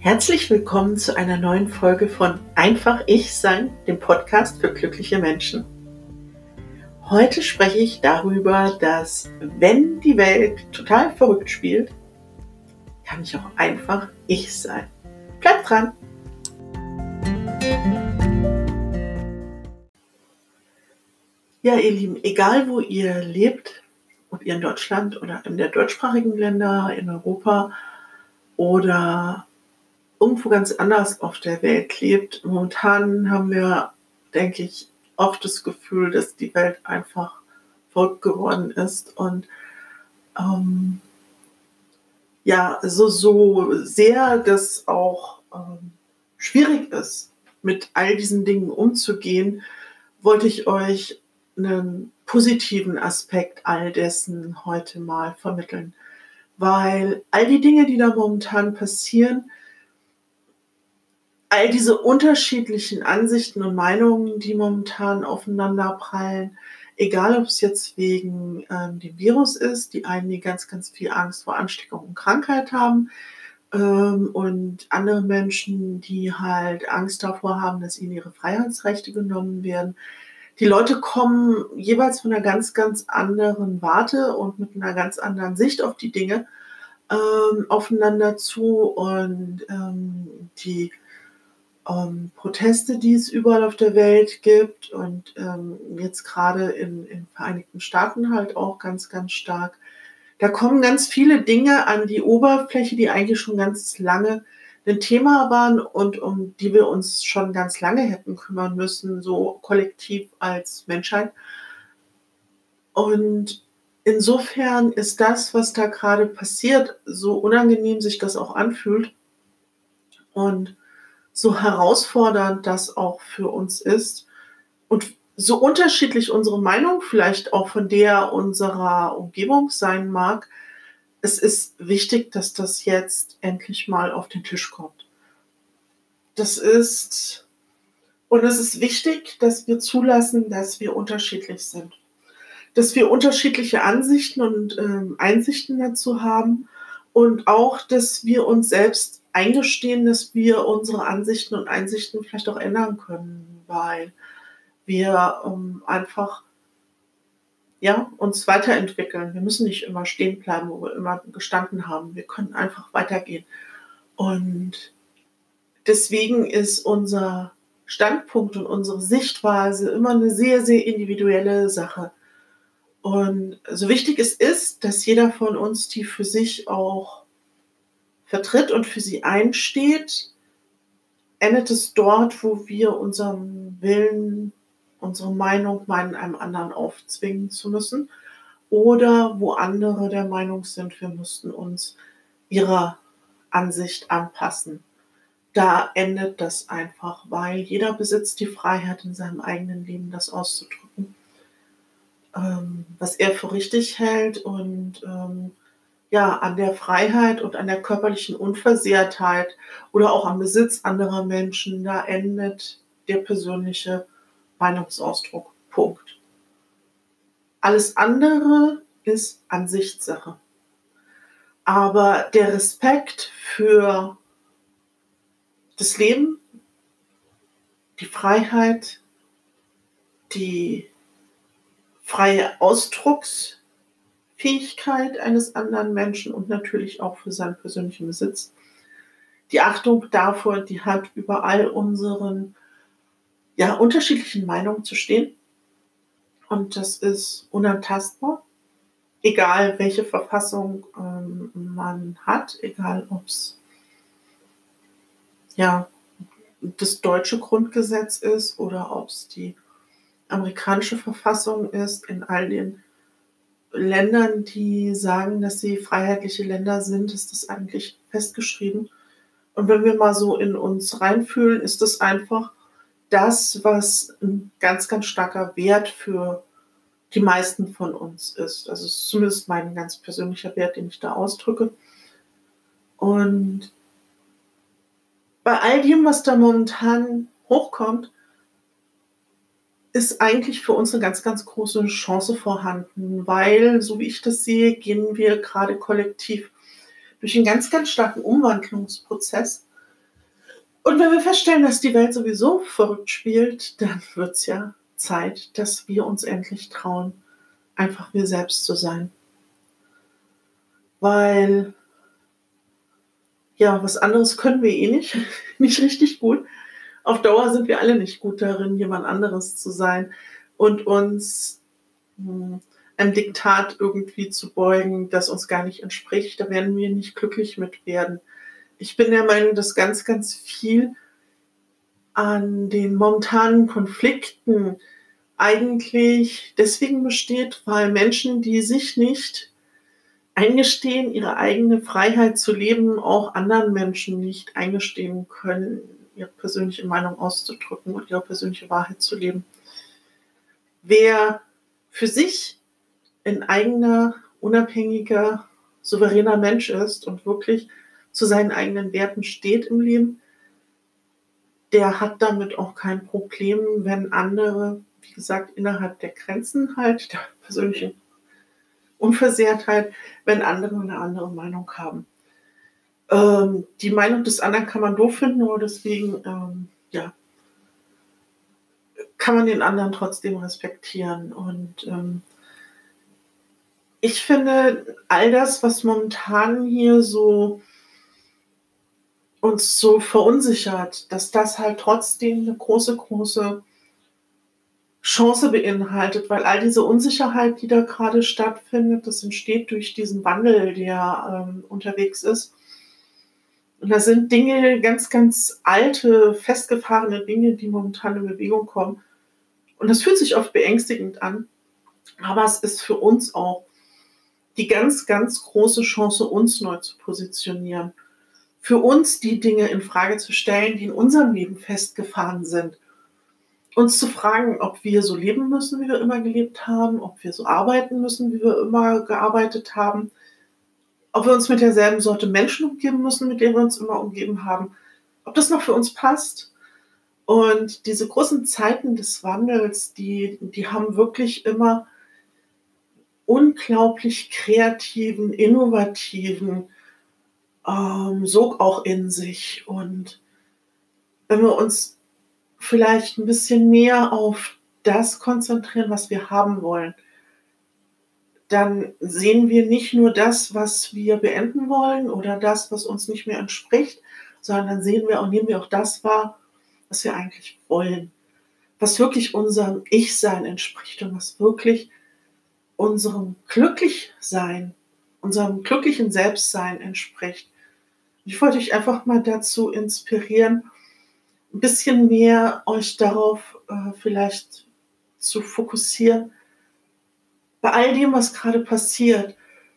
Herzlich willkommen zu einer neuen Folge von Einfach Ich Sein, dem Podcast für glückliche Menschen. Heute spreche ich darüber, dass wenn die Welt total verrückt spielt, kann ich auch einfach ich sein. Bleibt dran! Ja, ihr Lieben, egal wo ihr lebt, ob ihr in Deutschland oder in der deutschsprachigen Länder, in Europa oder irgendwo ganz anders auf der Welt lebt. Momentan haben wir, denke ich, oft das Gefühl, dass die Welt einfach verrückt geworden ist und so sehr das auch schwierig ist, mit all diesen Dingen umzugehen, wollte ich euch einen positiven Aspekt all dessen heute mal vermitteln. Weil all die Dinge, die da momentan passieren, all diese unterschiedlichen Ansichten und Meinungen, die momentan aufeinander prallen, egal ob es jetzt wegen dem Virus ist, die einen, die ganz, ganz viel Angst vor Ansteckung und Krankheit haben, und andere Menschen, die halt Angst davor haben, dass ihnen ihre Freiheitsrechte genommen werden. Die Leute kommen jeweils von einer ganz, ganz anderen Warte und mit einer ganz anderen Sicht auf die Dinge aufeinander zu, und die Proteste, die es überall auf der Welt gibt und jetzt gerade in den Vereinigten Staaten halt auch ganz, ganz stark. Da kommen ganz viele Dinge an die Oberfläche, die eigentlich schon ganz lange ein Thema waren und um die wir uns schon ganz lange hätten kümmern müssen, so kollektiv als Menschheit. Und insofern ist das, was da gerade passiert, so unangenehm sich das auch anfühlt und so herausfordernd das auch für uns ist und so unterschiedlich unsere Meinung vielleicht auch von der unserer Umgebung sein mag, es ist wichtig, dass das jetzt endlich mal auf den Tisch kommt. Es ist wichtig, dass wir zulassen, dass wir unterschiedlich sind, dass wir unterschiedliche Ansichten und Einsichten dazu haben und auch, dass wir uns selbst eingestehen, dass wir unsere Ansichten und Einsichten vielleicht auch ändern können, weil wir einfach uns weiterentwickeln. Wir müssen nicht immer stehen bleiben, wo wir immer gestanden haben. Wir können einfach weitergehen. Und deswegen ist unser Standpunkt und unsere Sichtweise immer eine sehr, sehr individuelle Sache. Und so wichtig es ist, dass jeder von uns die für sich auch vertritt und für sie einsteht, endet es dort, wo wir unseren Willen, unsere Meinung meinen, einem anderen aufzwingen zu müssen, oder wo andere der Meinung sind, wir müssten uns ihrer Ansicht anpassen. Da endet das einfach, weil jeder besitzt die Freiheit, in seinem eigenen Leben das auszudrücken, was er für richtig hält, und an der Freiheit und an der körperlichen Unversehrtheit oder auch am Besitz anderer Menschen, da endet der persönliche Meinungsausdruck. Punkt. Alles andere ist Ansichtssache. Aber der Respekt für das Leben, die Freiheit, die freie Ausdrucksfähigkeit eines anderen Menschen und natürlich auch für seinen persönlichen Besitz. Die Achtung davor, die hat über all unseren unterschiedlichen Meinungen zu stehen. Und das ist unantastbar, egal welche Verfassung man hat, egal ob es das deutsche Grundgesetz ist oder ob es die amerikanische Verfassung ist. In all den Ländern, die sagen, dass sie freiheitliche Länder sind, ist das eigentlich festgeschrieben. Und wenn wir mal so in uns reinfühlen, ist das einfach das, was ein ganz, ganz starker Wert für die meisten von uns ist. Also es ist zumindest mein ganz persönlicher Wert, den ich da ausdrücke. Und bei all dem, was da momentan hochkommt, ist eigentlich für uns eine ganz, ganz große Chance vorhanden, weil, so wie ich das sehe, gehen wir gerade kollektiv durch einen ganz, ganz starken Umwandlungsprozess. Und wenn wir feststellen, dass die Welt sowieso verrückt spielt, dann wird es ja Zeit, dass wir uns endlich trauen, einfach wir selbst zu sein. Weil, ja, was anderes können wir eh nicht, nicht richtig gut. Auf Dauer sind wir alle nicht gut darin, jemand anderes zu sein und uns einem Diktat irgendwie zu beugen, das uns gar nicht entspricht. Da werden wir nicht glücklich mit werden. Ich bin der Meinung, dass ganz, ganz viel an den momentanen Konflikten eigentlich deswegen besteht, weil Menschen, die sich nicht eingestehen, ihre eigene Freiheit zu leben, auch anderen Menschen nicht eingestehen können, ihre persönliche Meinung auszudrücken und ihre persönliche Wahrheit zu leben. Wer für sich ein eigener, unabhängiger, souveräner Mensch ist und wirklich zu seinen eigenen Werten steht im Leben, der hat damit auch kein Problem, wenn andere, wie gesagt, innerhalb der Grenzen halt der persönlichen Unversehrtheit, wenn andere eine andere Meinung haben. Die Meinung des anderen kann man doof finden, aber deswegen ja, kann man den anderen trotzdem respektieren. Und ich finde, all das, was momentan hier so uns so verunsichert, dass das halt trotzdem eine große, große Chance beinhaltet, weil all diese Unsicherheit, die da gerade stattfindet, das entsteht durch diesen Wandel, der unterwegs ist. Und da sind Dinge, ganz, ganz alte, festgefahrene Dinge, die momentan in Bewegung kommen. Und das fühlt sich oft beängstigend an, aber es ist für uns auch die ganz, ganz große Chance, uns neu zu positionieren. Für uns die Dinge in Frage zu stellen, die in unserem Leben festgefahren sind. Uns zu fragen, ob wir so leben müssen, wie wir immer gelebt haben, ob wir so arbeiten müssen, wie wir immer gearbeitet haben, ob wir uns mit derselben Sorte Menschen umgeben müssen, mit denen wir uns immer umgeben haben, ob das noch für uns passt. Und diese großen Zeiten des Wandels, die haben wirklich immer unglaublich kreativen, innovativen Sog auch in sich. Und wenn wir uns vielleicht ein bisschen mehr auf das konzentrieren, was wir haben wollen, dann sehen wir nicht nur das, was wir beenden wollen oder das, was uns nicht mehr entspricht, sondern dann sehen wir und nehmen wir auch das wahr, was wir eigentlich wollen, was wirklich unserem Ich-Sein entspricht und was wirklich unserem Glücklichsein, unserem glücklichen Selbstsein entspricht. Ich wollte euch einfach mal dazu inspirieren, ein bisschen mehr euch darauf vielleicht zu fokussieren, bei all dem, was gerade passiert,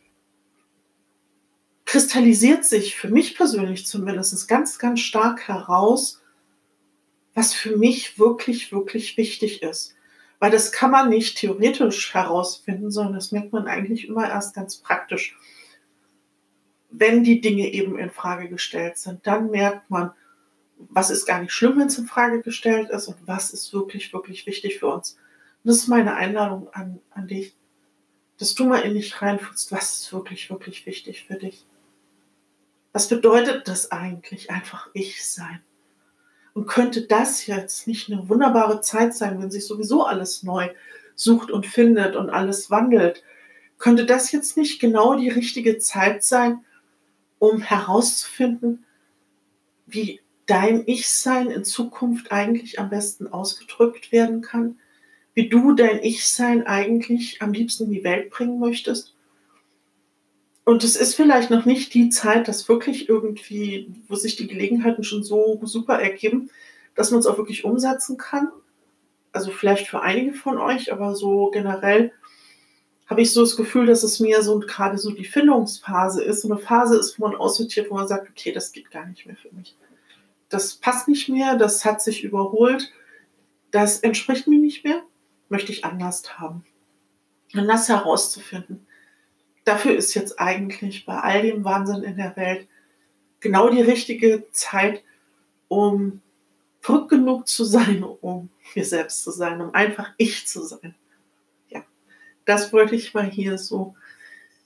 kristallisiert sich für mich persönlich zumindest ganz, ganz stark heraus, was für mich wirklich, wirklich wichtig ist. Weil das kann man nicht theoretisch herausfinden, sondern das merkt man eigentlich immer erst ganz praktisch. Wenn die Dinge eben in Frage gestellt sind, dann merkt man, was ist gar nicht schlimm, wenn es in Frage gestellt ist und was ist wirklich, wirklich wichtig für uns. Und das ist meine Einladung an dich, dass du mal in dich reinfühlst, was ist wirklich, wirklich wichtig für dich. Was bedeutet das eigentlich, einfach ich sein? Und könnte das jetzt nicht eine wunderbare Zeit sein, wenn sich sowieso alles neu sucht und findet und alles wandelt? Könnte das jetzt nicht genau die richtige Zeit sein, um herauszufinden, wie dein Ich-Sein in Zukunft eigentlich am besten ausgedrückt werden kann? Wie du dein Ich-Sein eigentlich am liebsten in die Welt bringen möchtest? Und es ist vielleicht noch nicht die Zeit, dass wirklich irgendwie, wo sich die Gelegenheiten schon so super ergeben, dass man es auch wirklich umsetzen kann. Also vielleicht für einige von euch, aber so generell habe ich so das Gefühl, dass es mir so gerade so die Findungsphase ist, so eine Phase ist, wo man aussortiert, wo man sagt, okay, das geht gar nicht mehr für mich. Das passt nicht mehr, das hat sich überholt, das entspricht mir nicht mehr, möchte ich anders haben. Und das herauszufinden, dafür ist jetzt eigentlich bei all dem Wahnsinn in der Welt genau die richtige Zeit, um verrückt genug zu sein, um wir selbst zu sein, um einfach ich zu sein. Ja, das wollte ich mal hier so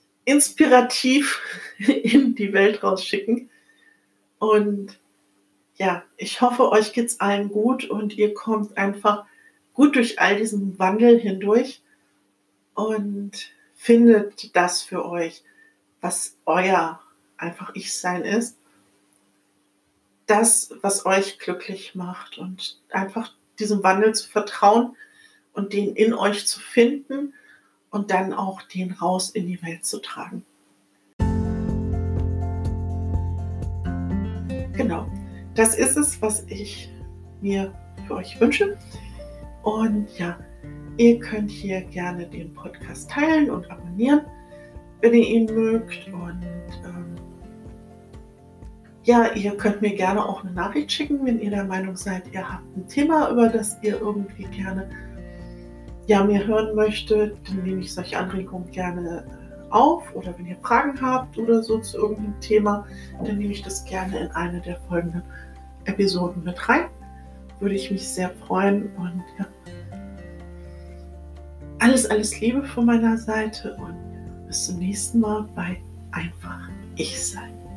inspirativ in die Welt rausschicken. Und ja, ich hoffe, euch geht's allen gut und ihr kommt einfach gut durch all diesen Wandel hindurch und findet das für euch, was euer einfach Ich-Sein ist. Das, was euch glücklich macht und einfach diesem Wandel zu vertrauen und den in euch zu finden und dann auch den raus in die Welt zu tragen. Genau, das ist es, was ich mir für euch wünsche. Und ja, ihr könnt hier gerne den Podcast teilen und abonnieren, wenn ihr ihn mögt. Und ja, ihr könnt mir gerne auch eine Nachricht schicken, wenn ihr der Meinung seid, ihr habt ein Thema, über das ihr irgendwie gerne mir hören möchtet. Dann nehme ich solche Anregungen gerne auf. Oder wenn ihr Fragen habt oder so zu irgendeinem Thema, dann nehme ich das gerne in eine der folgenden Episoden mit rein. Würde ich mich sehr freuen. Und ja, alles Liebe von meiner Seite und bis zum nächsten Mal bei Einfach Ich Sein.